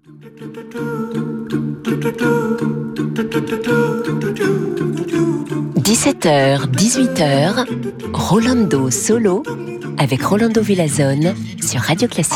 17h, 18h, Rolando Solo avec Rolando Villazone sur Radio Classique.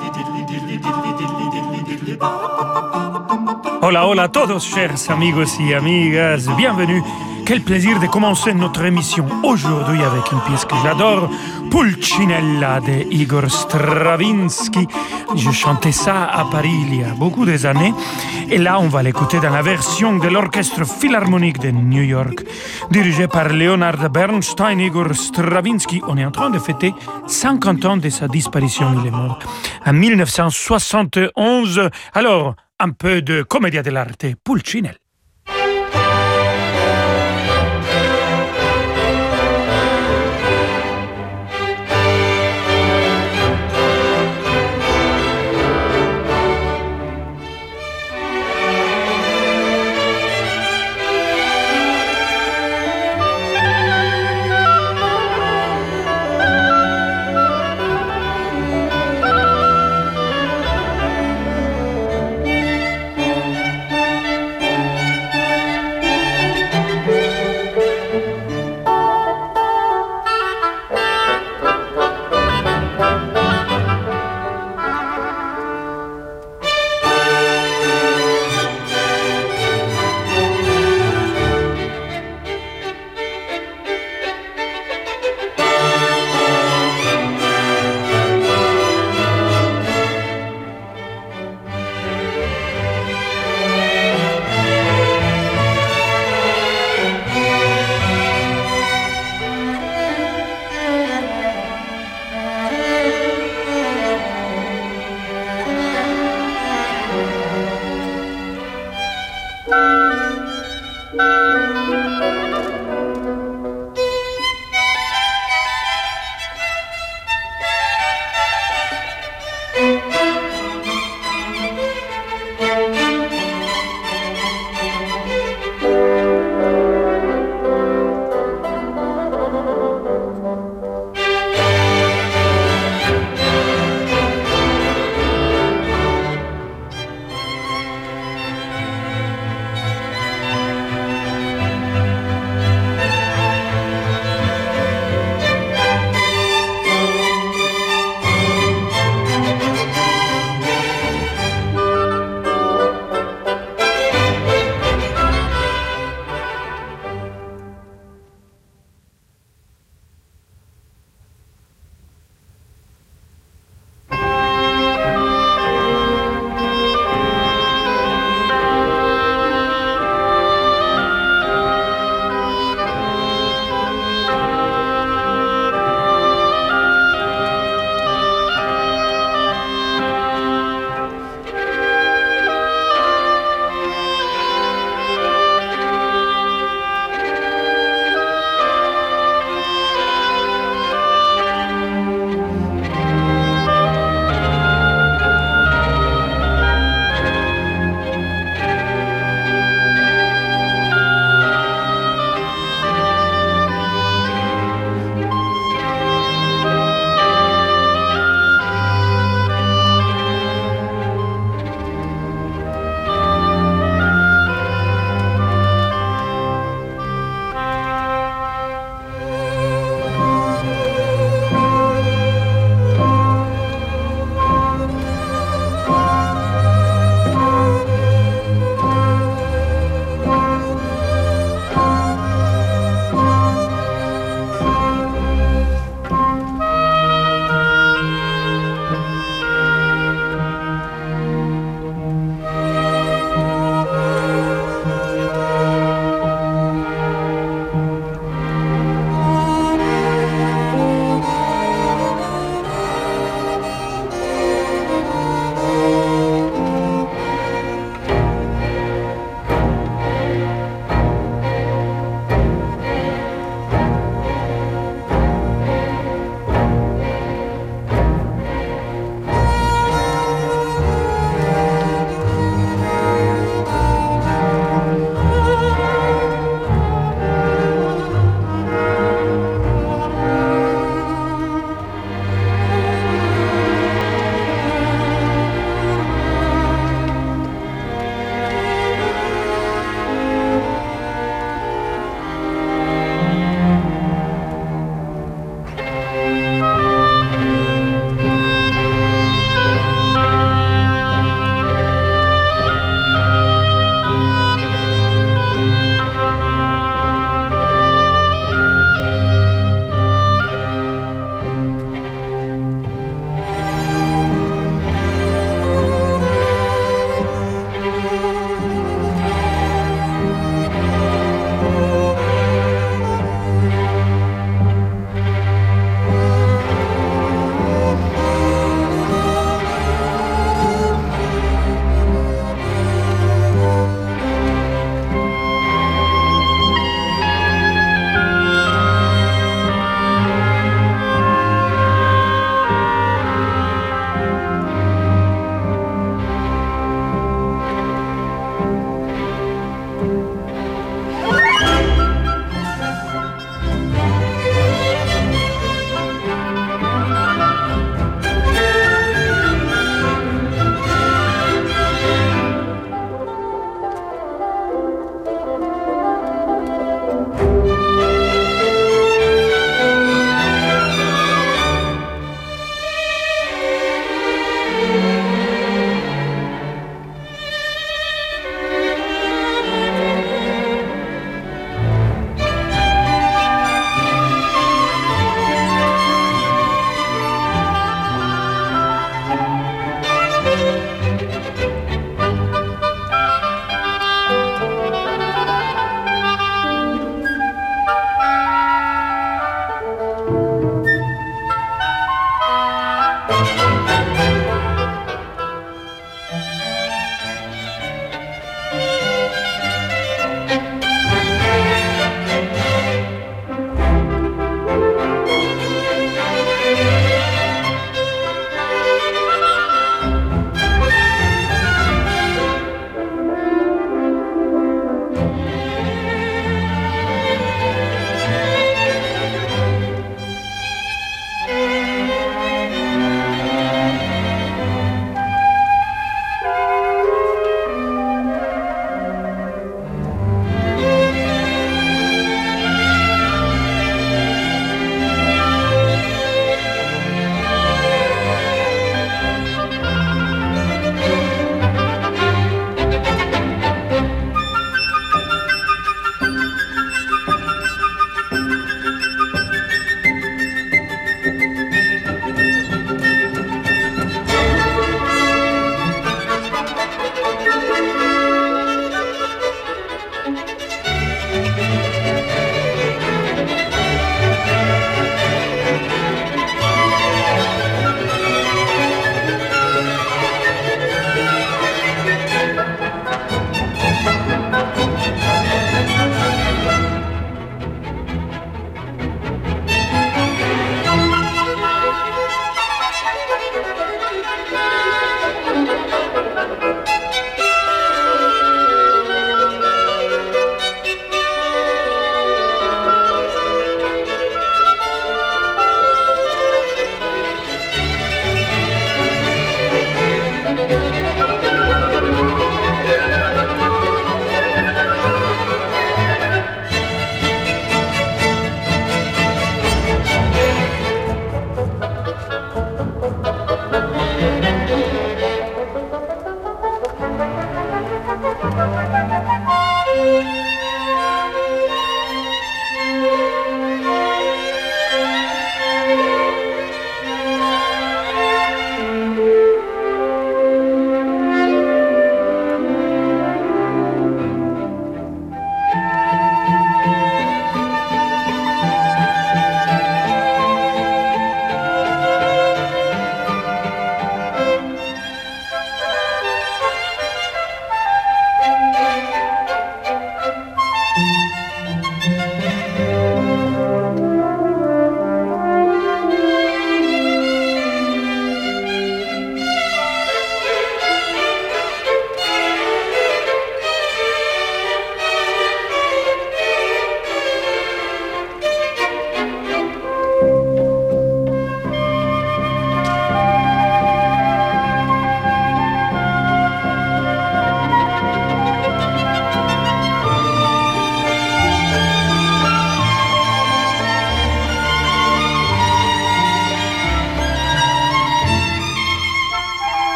Hola, hola a todos, chers amigos y amigas, bienvenue. Quel plaisir de commencer notre émission aujourd'hui avec une pièce que j'adore, Pulcinella de Igor Stravinsky. Je chantais ça à Paris il y a beaucoup d'années. Et là, on va l'écouter dans la version de l'Orchestre Philharmonique de New York, dirigé par Leonard Bernstein. Igor Stravinsky, on est en train de fêter 50 ans de sa disparition. Il est mort en 1971. Alors, un peu de commedia dell'arte, Pulcinella.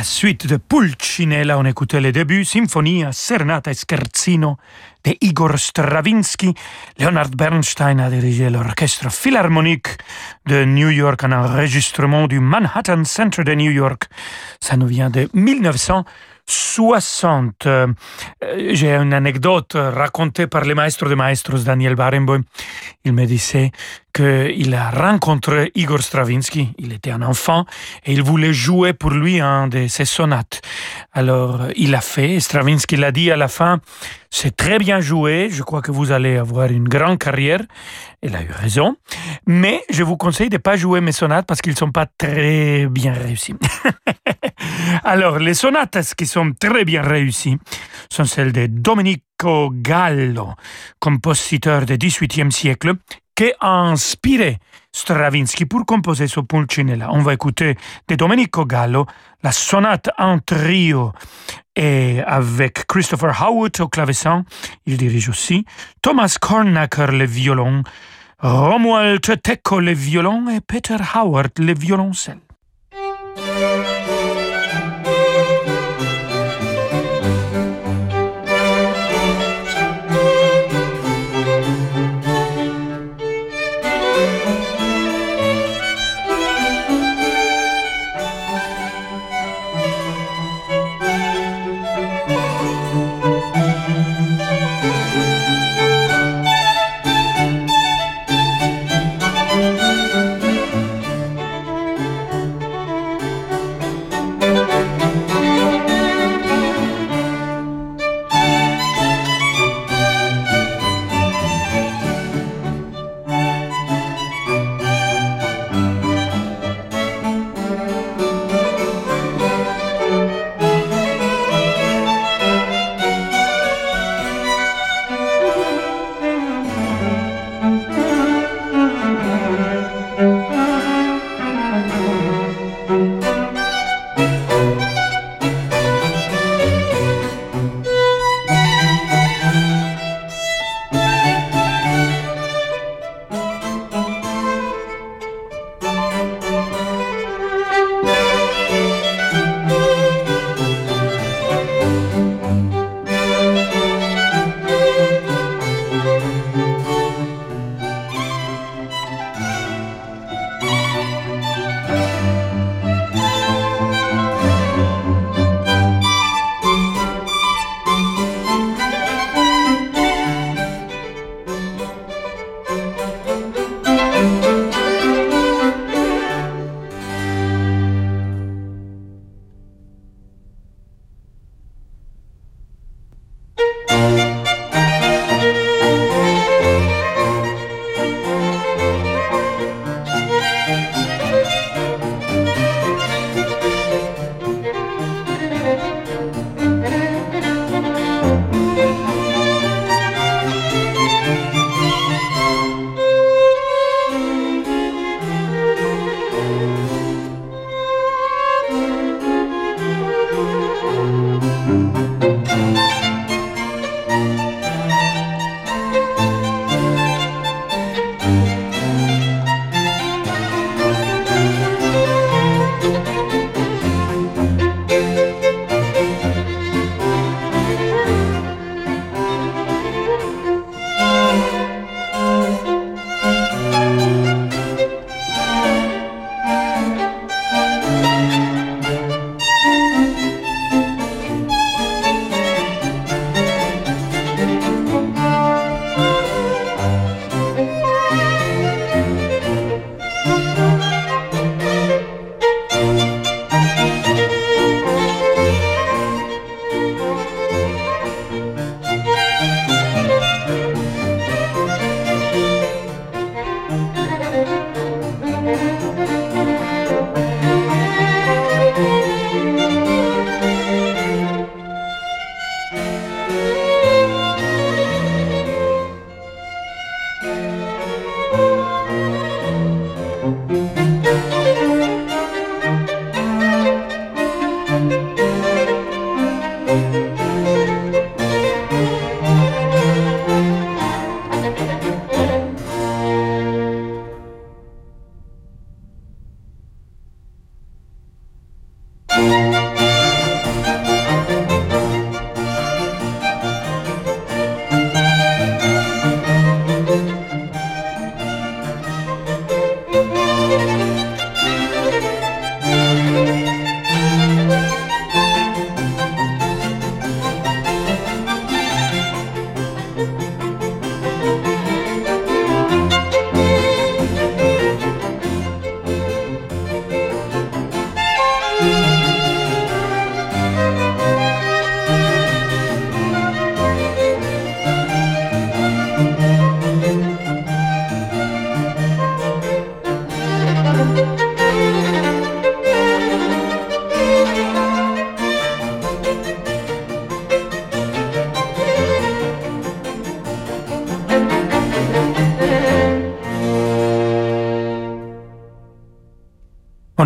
la suite de Pulcinella, on écoutait les débuts, Symphonia, Serenata et Scherzino de Igor Stravinsky. Leonard Bernstein a dirigé l'orchestre philharmonique de New York, un enregistrement du Manhattan Center de New York. Ça nous vient de 1960. J'ai une anecdote racontée par le maestro de maestros Daniel Barenboim. Il me disait qu'il a rencontré Igor Stravinsky, il était un enfant, et il voulait jouer pour lui un de ses sonates. Alors, il l'a fait, Stravinsky l'a dit à la fin, c'est très bien joué, je crois que vous allez avoir une grande carrière. Il a eu raison, mais je vous conseille de ne pas jouer mes sonates parce qu'ils ne sont pas très bien réussis. Alors, les sonates qui sont très bien réussies sont celles de Domenico Gallo, compositeur du XVIIIe siècle, qui a inspiré Stravinsky pour composer ce Pulcinella. On va écouter de Domenico Gallo la sonate en trio et avec Christopher Howard au clavecin, il dirige aussi, Thomas Kornacker le violon, Romuald Tecco le violon et Peter Howard le violoncelle.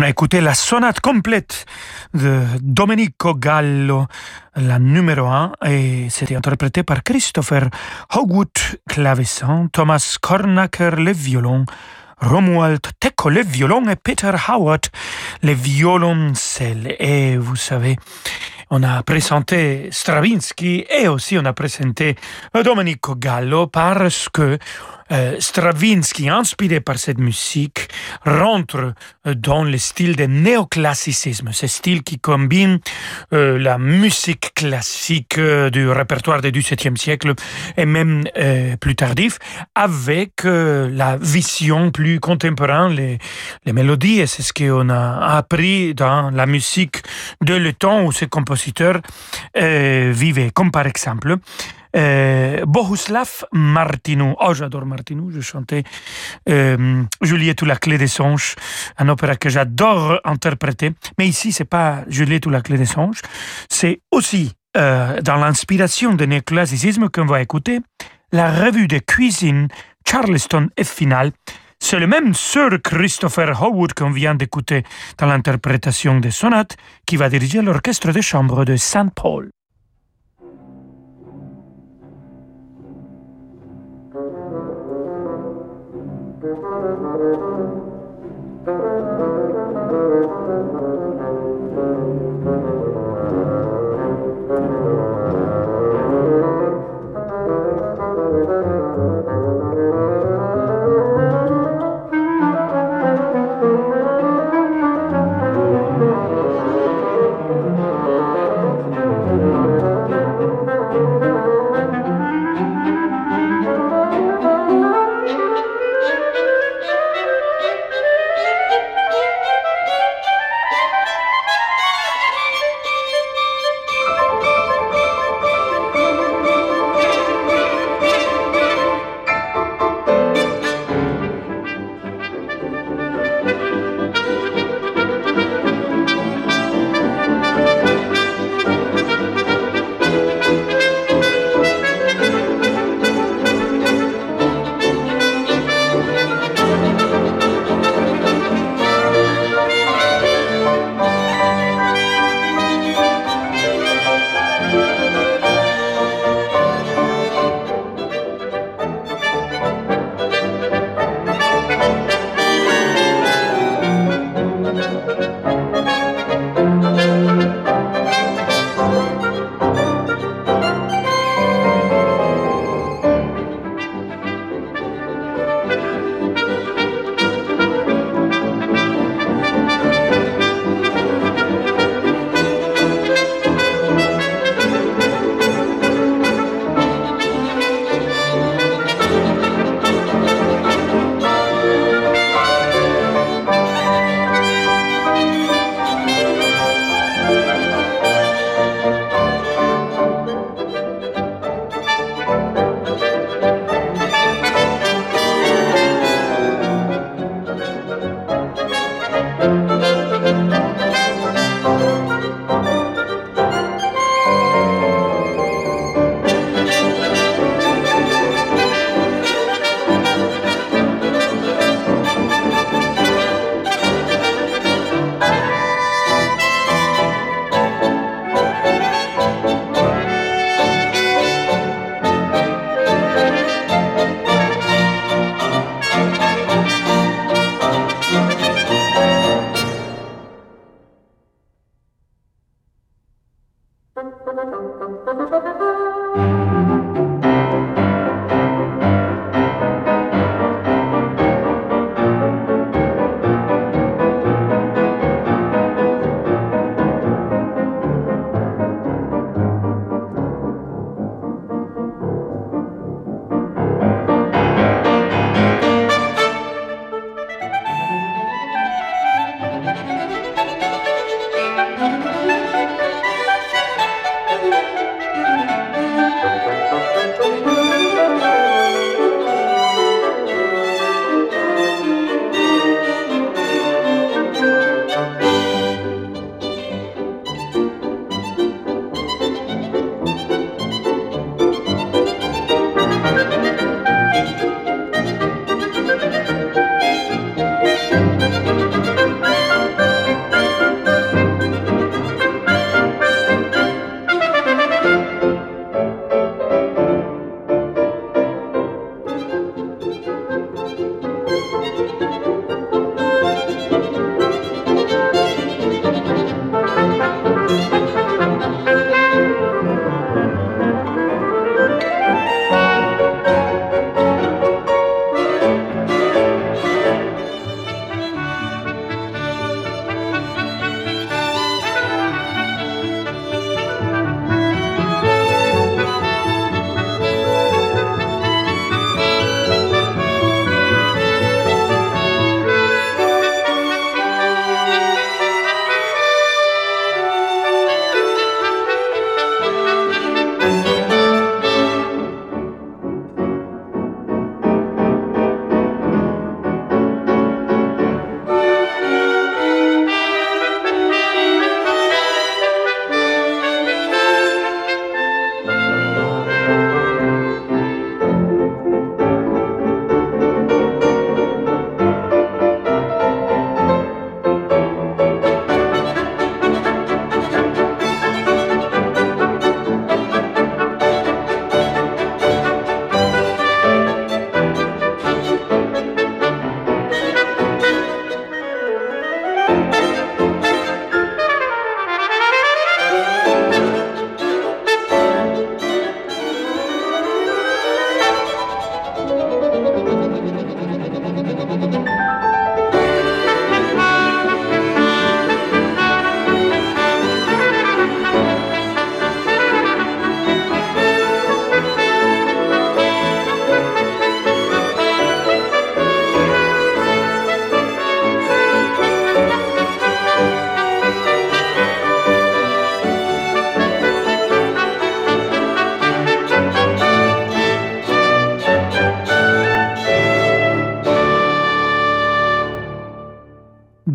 a écouté la sonate complète de Domenico Gallo, la numéro 1, et c'était interprété par Christopher Hogwood, clavecin, Thomas Kornacker, le violon, Romuald Tecco, le violon, et Peter Howard, le violoncelle. Et vous savez, on a présenté Stravinsky et aussi on a présenté Domenico Gallo parce que Stravinsky, inspiré par cette musique, rentre dans le style de néoclassicisme, ce style qui combine la musique classique du répertoire du XVIIe siècle et même plus tardif avec la vision plus contemporaine, les mélodies, et c'est ce qu'on a appris dans la musique de le temps où ces compositeurs vivaient, comme par exemple Bohuslav Martinou. Oh, j'adore Martinou, je chantais Juliette ou la clé des songes, un opéra que j'adore interpréter, mais ici c'est pas Juliette ou la clé des songes, c'est aussi dans l'inspiration du néoclassicisme qu'on va écouter la revue de cuisine Charleston et Finale. C'est le même Sir Christopher Howard qu'on vient d'écouter dans l'interprétation des sonates qui va diriger l'orchestre de chambre de St. Paul.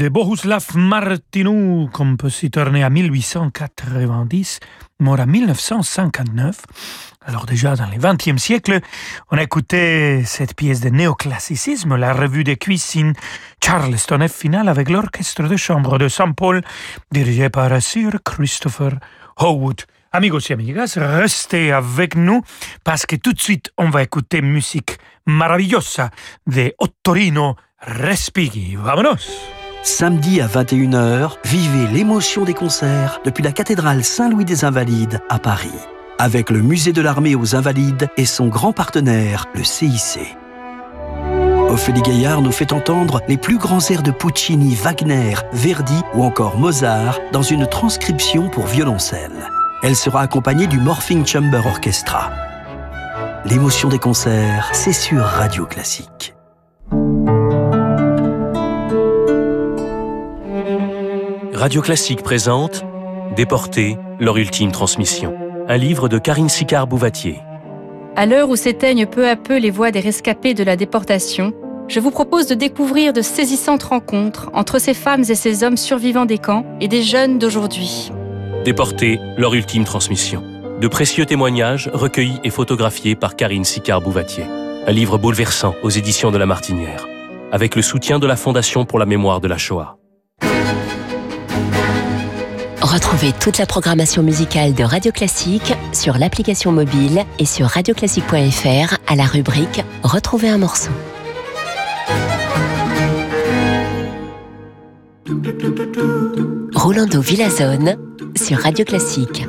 de Bohuslav Martinu, compositeur né en 1890, mort en 1959. Alors déjà dans le XXe siècle, on a écouté cette pièce de néoclassicisme, la revue de cuisine Charleston F finale avec l'orchestre de chambre de Saint Paul, dirigé par Sir Christopher Howard. Amigos et amigas, restez avec nous parce que tout de suite, on va écouter musique maravillosa de Ottorino Respighi. Vamonos! Samedi à 21h, vivez l'émotion des concerts depuis la cathédrale Saint-Louis des Invalides à Paris, avec le Musée de l'Armée aux Invalides et son grand partenaire, le CIC. Ophélie Gaillard nous fait entendre les plus grands airs de Puccini, Wagner, Verdi ou encore Mozart dans une transcription pour violoncelle. Elle sera accompagnée du Morphing Chamber Orchestra. L'émotion des concerts, c'est sur Radio Classique. Radio Classique présente Déportés, leur ultime transmission. Un livre de Karine Sicard-Bouvatier. À l'heure où s'éteignent peu à peu les voix des rescapés de la déportation, je vous propose de découvrir de saisissantes rencontres entre ces femmes et ces hommes survivants des camps et des jeunes d'aujourd'hui. Déportés, leur ultime transmission. De précieux témoignages recueillis et photographiés par Karine Sicard-Bouvatier. Un livre bouleversant aux éditions de La Martinière, avec le soutien de la Fondation pour la mémoire de la Shoah. Retrouvez toute la programmation musicale de Radio Classique sur l'application mobile et sur radioclassique.fr à la rubrique « Retrouver un morceau ». Rolando Villazone sur Radio Classique.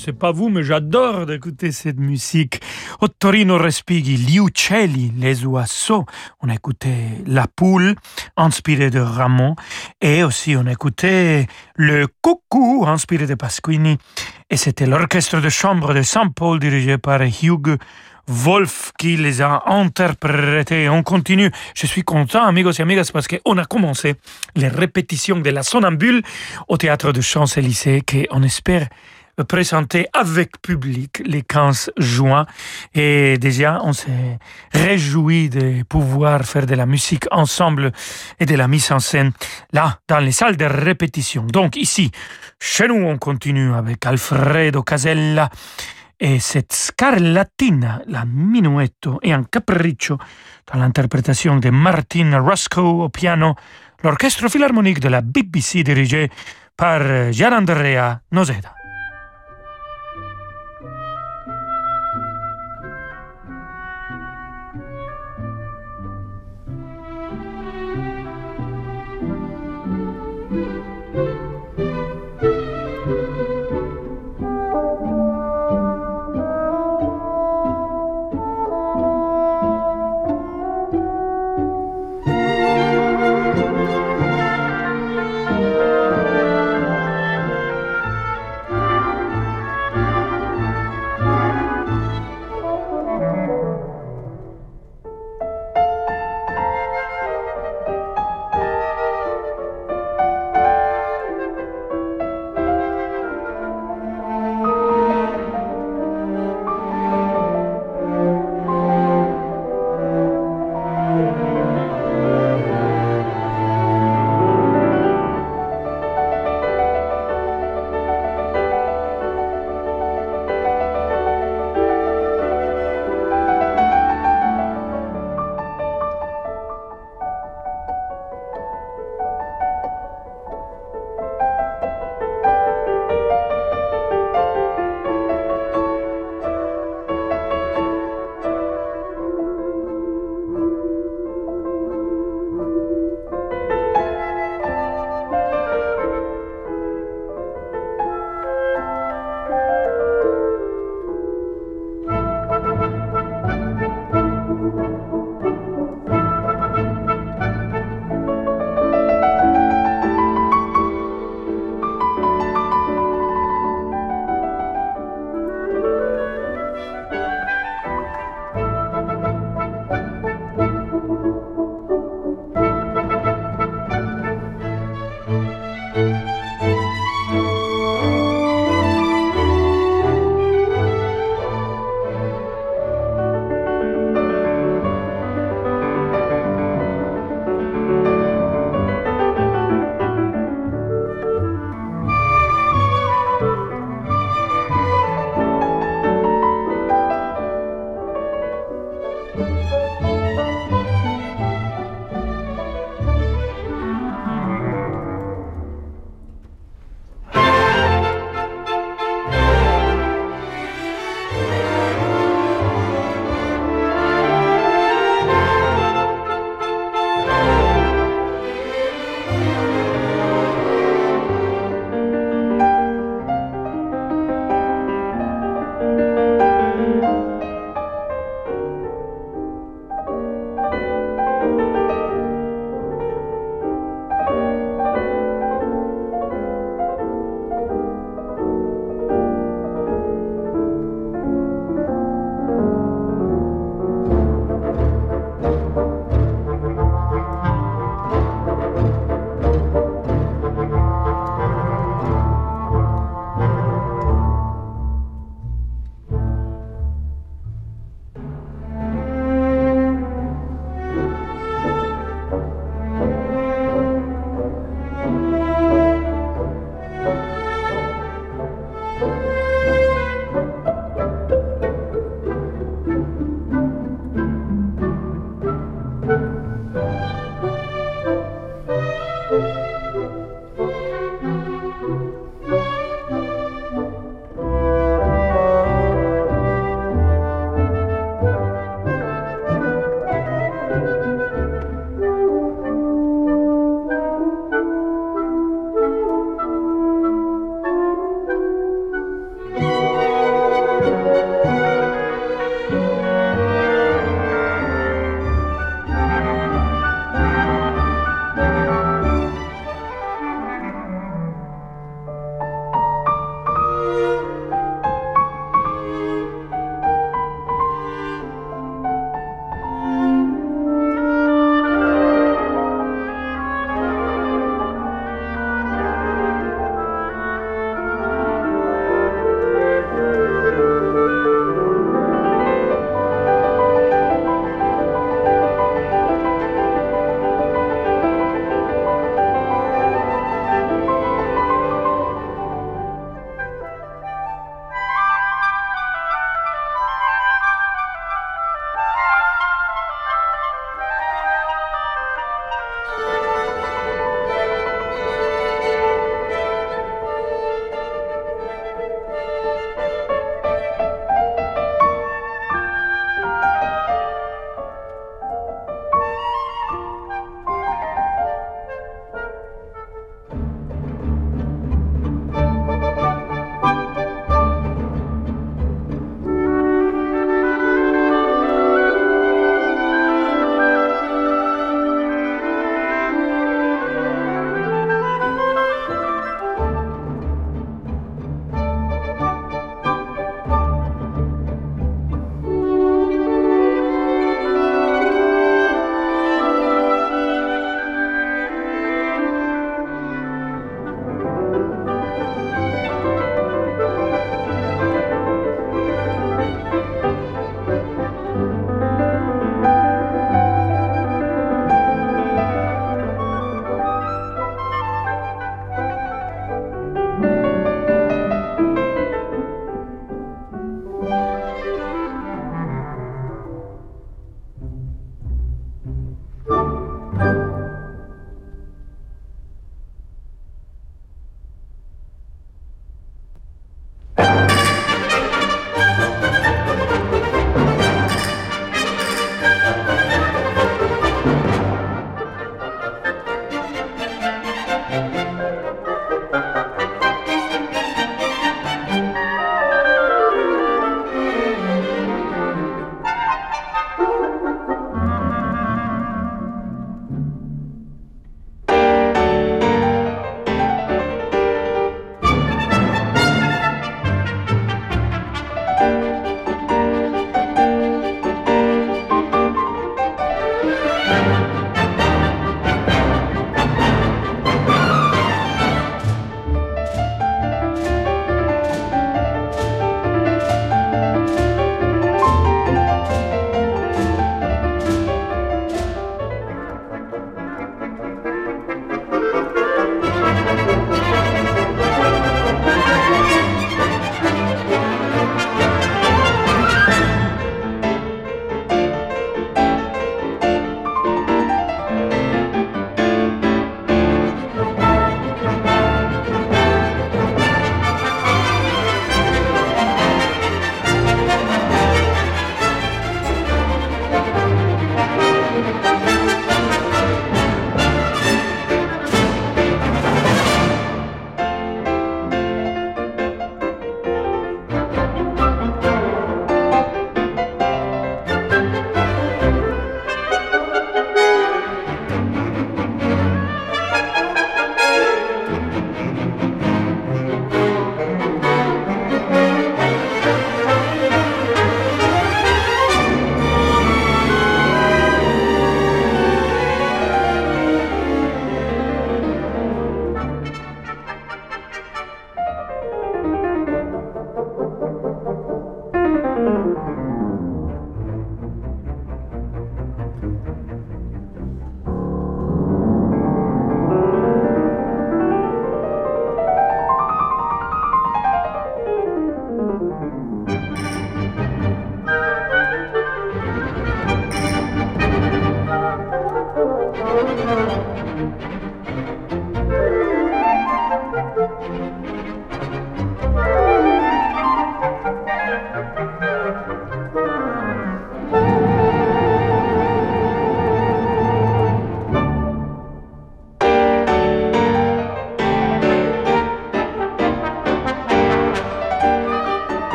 sais pas vous, mais j'adore d'écouter cette musique. Ottorino Respighi, Gli uccelli, les oiseaux. On a écouté La poule, inspiré de Rameau. Et aussi, on a écouté Le coucou, inspiré de Pasquini. Et c'était l'orchestre de chambre de Saint-Paul, dirigé par Hugh Wolf, qui les a interprétés. On continue. Je suis content, amigos et amigas, parce qu'on a commencé les répétitions de la Somnambule au Théâtre de Champs-Élysées, qu'on espère présenter avec public le 15 juin. Et déjà, on s'est réjoui de pouvoir faire de la musique ensemble et de la mise en scène là, dans les salles de répétition. Donc ici, chez nous, on continue avec Alfredo Casella et cette Scarlattina, la minuetto et un capriccio dans l'interprétation de Martin Roscoe au piano, l'orchestre philharmonique de la BBC dirigé par Gianandrea Noseda.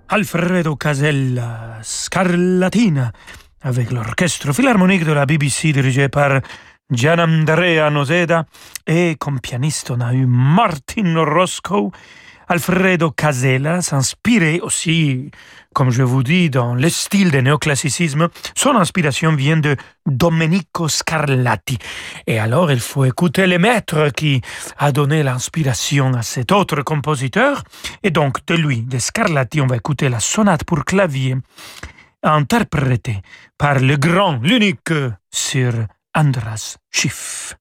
Alfredo Casella, Scarlatina, avec l'orchestre philharmonique de la BBC dirigé par Gianandrea Noseda, et comme pianiste on a eu Martin Roscoe. Alfredo Casella s'inspirait aussi, comme je vous dis, dans le style du néoclassicisme. Son inspiration vient de Domenico Scarlatti. Et alors, il faut écouter le maître qui a donné l'inspiration à cet autre compositeur. Et donc, de lui, de Scarlatti, on va écouter la sonate pour clavier, interprétée par le grand, l'unique Sir Andras Schiff.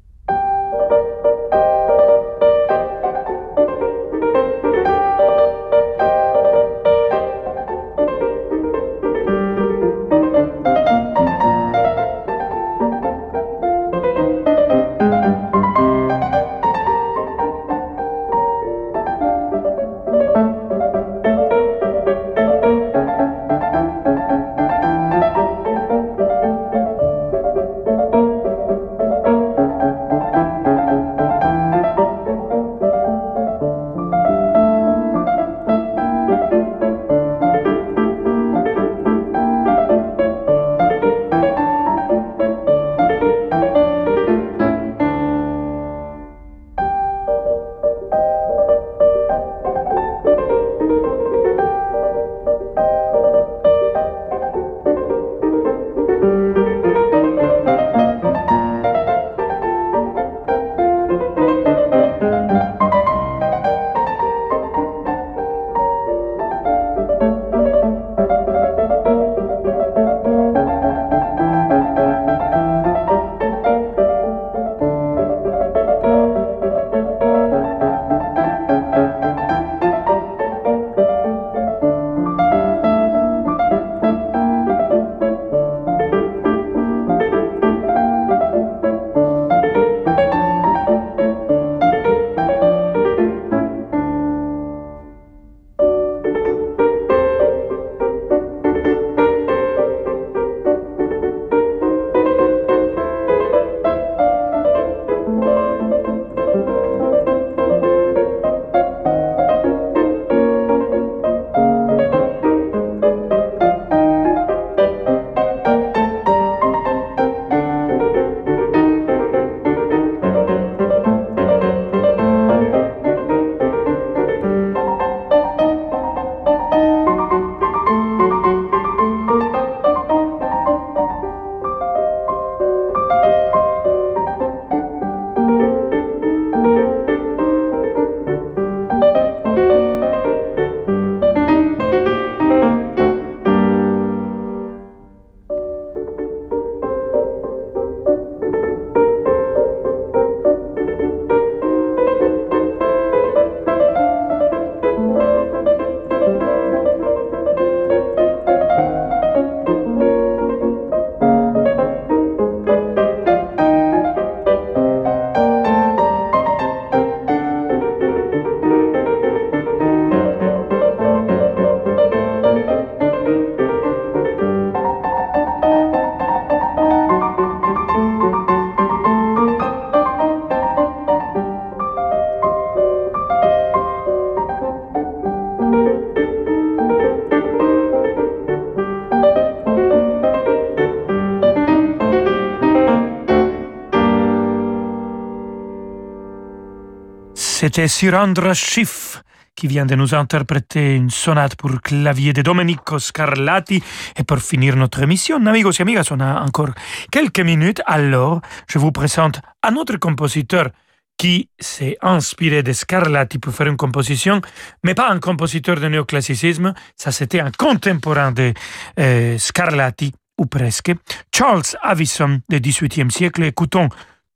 C'était Sir Andras Schiff qui vient de nous interpréter une sonate pour clavier de Domenico Scarlatti. Et pour finir notre émission, amigos et amigas, on a encore quelques minutes. Alors, je vous présente un autre compositeur qui s'est inspiré de Scarlatti pour faire une composition, mais pas un compositeur de néoclassicisme. Ça, c'était un contemporain de Scarlatti, ou presque. Charles Avison du XVIIIe siècle. Écoutons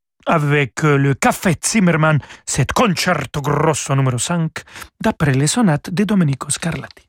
avec le Café Zimmermann, cet concerto grosso numéro 5, d'après les sonates de Domenico Scarlatti.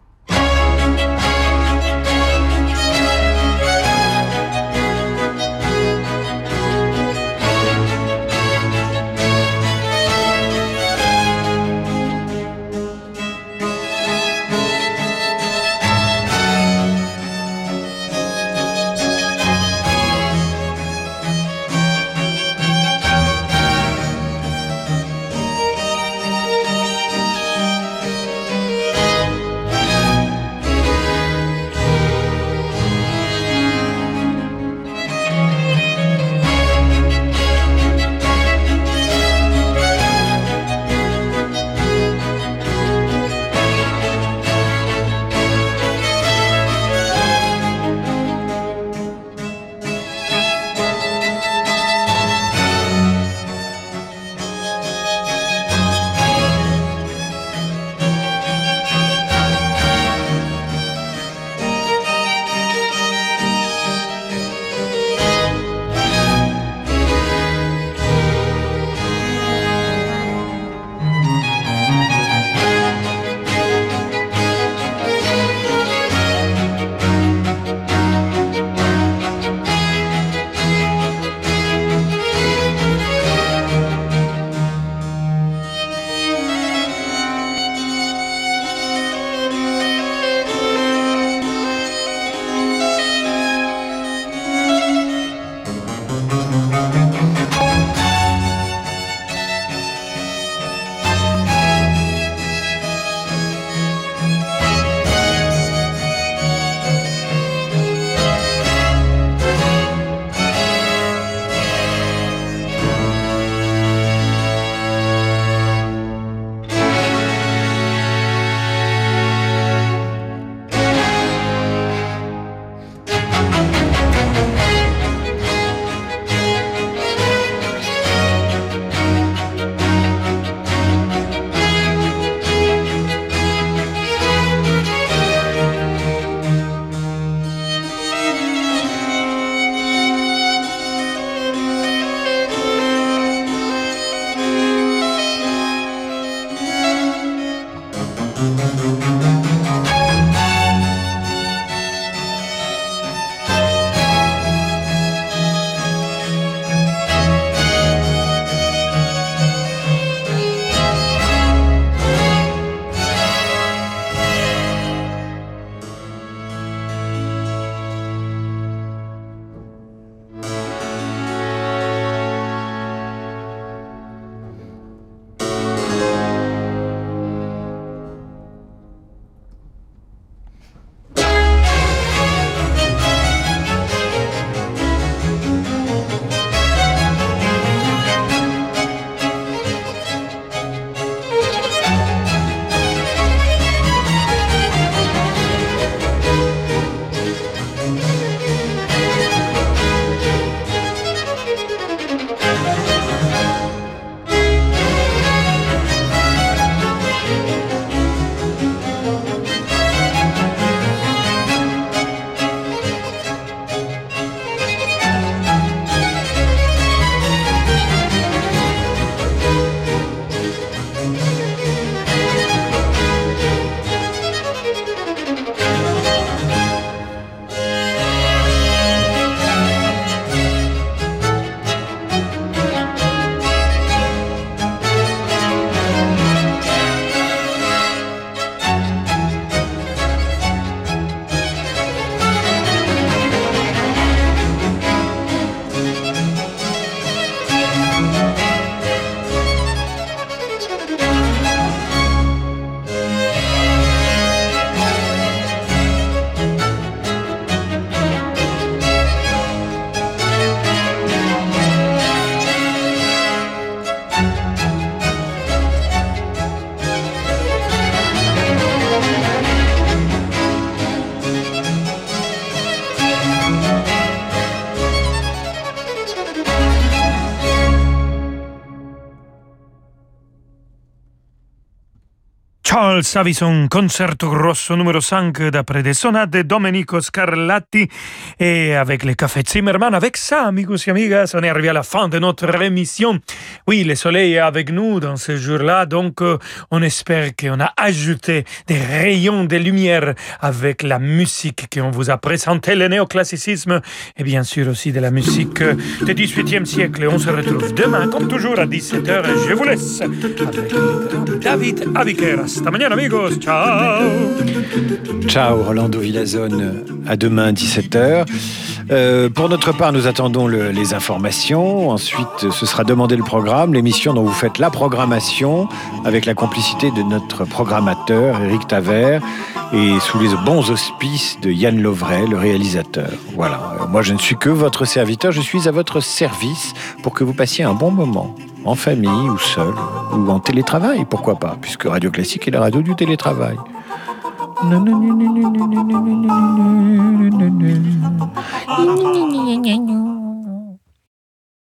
Charles Avison, concerto grosso numéro 5 d'après des sonates de Domenico Scarlatti et avec le Café Zimmermann. Avec ça, amigos et amigas, on est arrivé à la fin de notre émission. Oui, le soleil est avec nous dans ce jour-là, donc on espère qu'on a ajouté des rayons de lumière avec la musique qu'on vous a présentée, le néoclassicisme et bien sûr aussi de la musique du XVIIIe siècle. On se retrouve demain, comme toujours, à 17h et je vous laisse avec David Aviquera. Hasta mañana, amigos. Ciao. Ciao, Rolando Villazone. À demain, 17h. Pour notre part, nous attendons les informations. Ensuite, ce sera Demander le programme, l'émission dont vous faites la programmation avec la complicité de notre programmateur, Éric Tavert, et sous les bons auspices de Yann Lovray, le réalisateur. Voilà. Moi, je ne suis que votre serviteur. Je suis à votre service pour que vous passiez un bon moment. En famille ou seul, ou en télétravail, pourquoi pas, puisque Radio Classique est la radio du télétravail.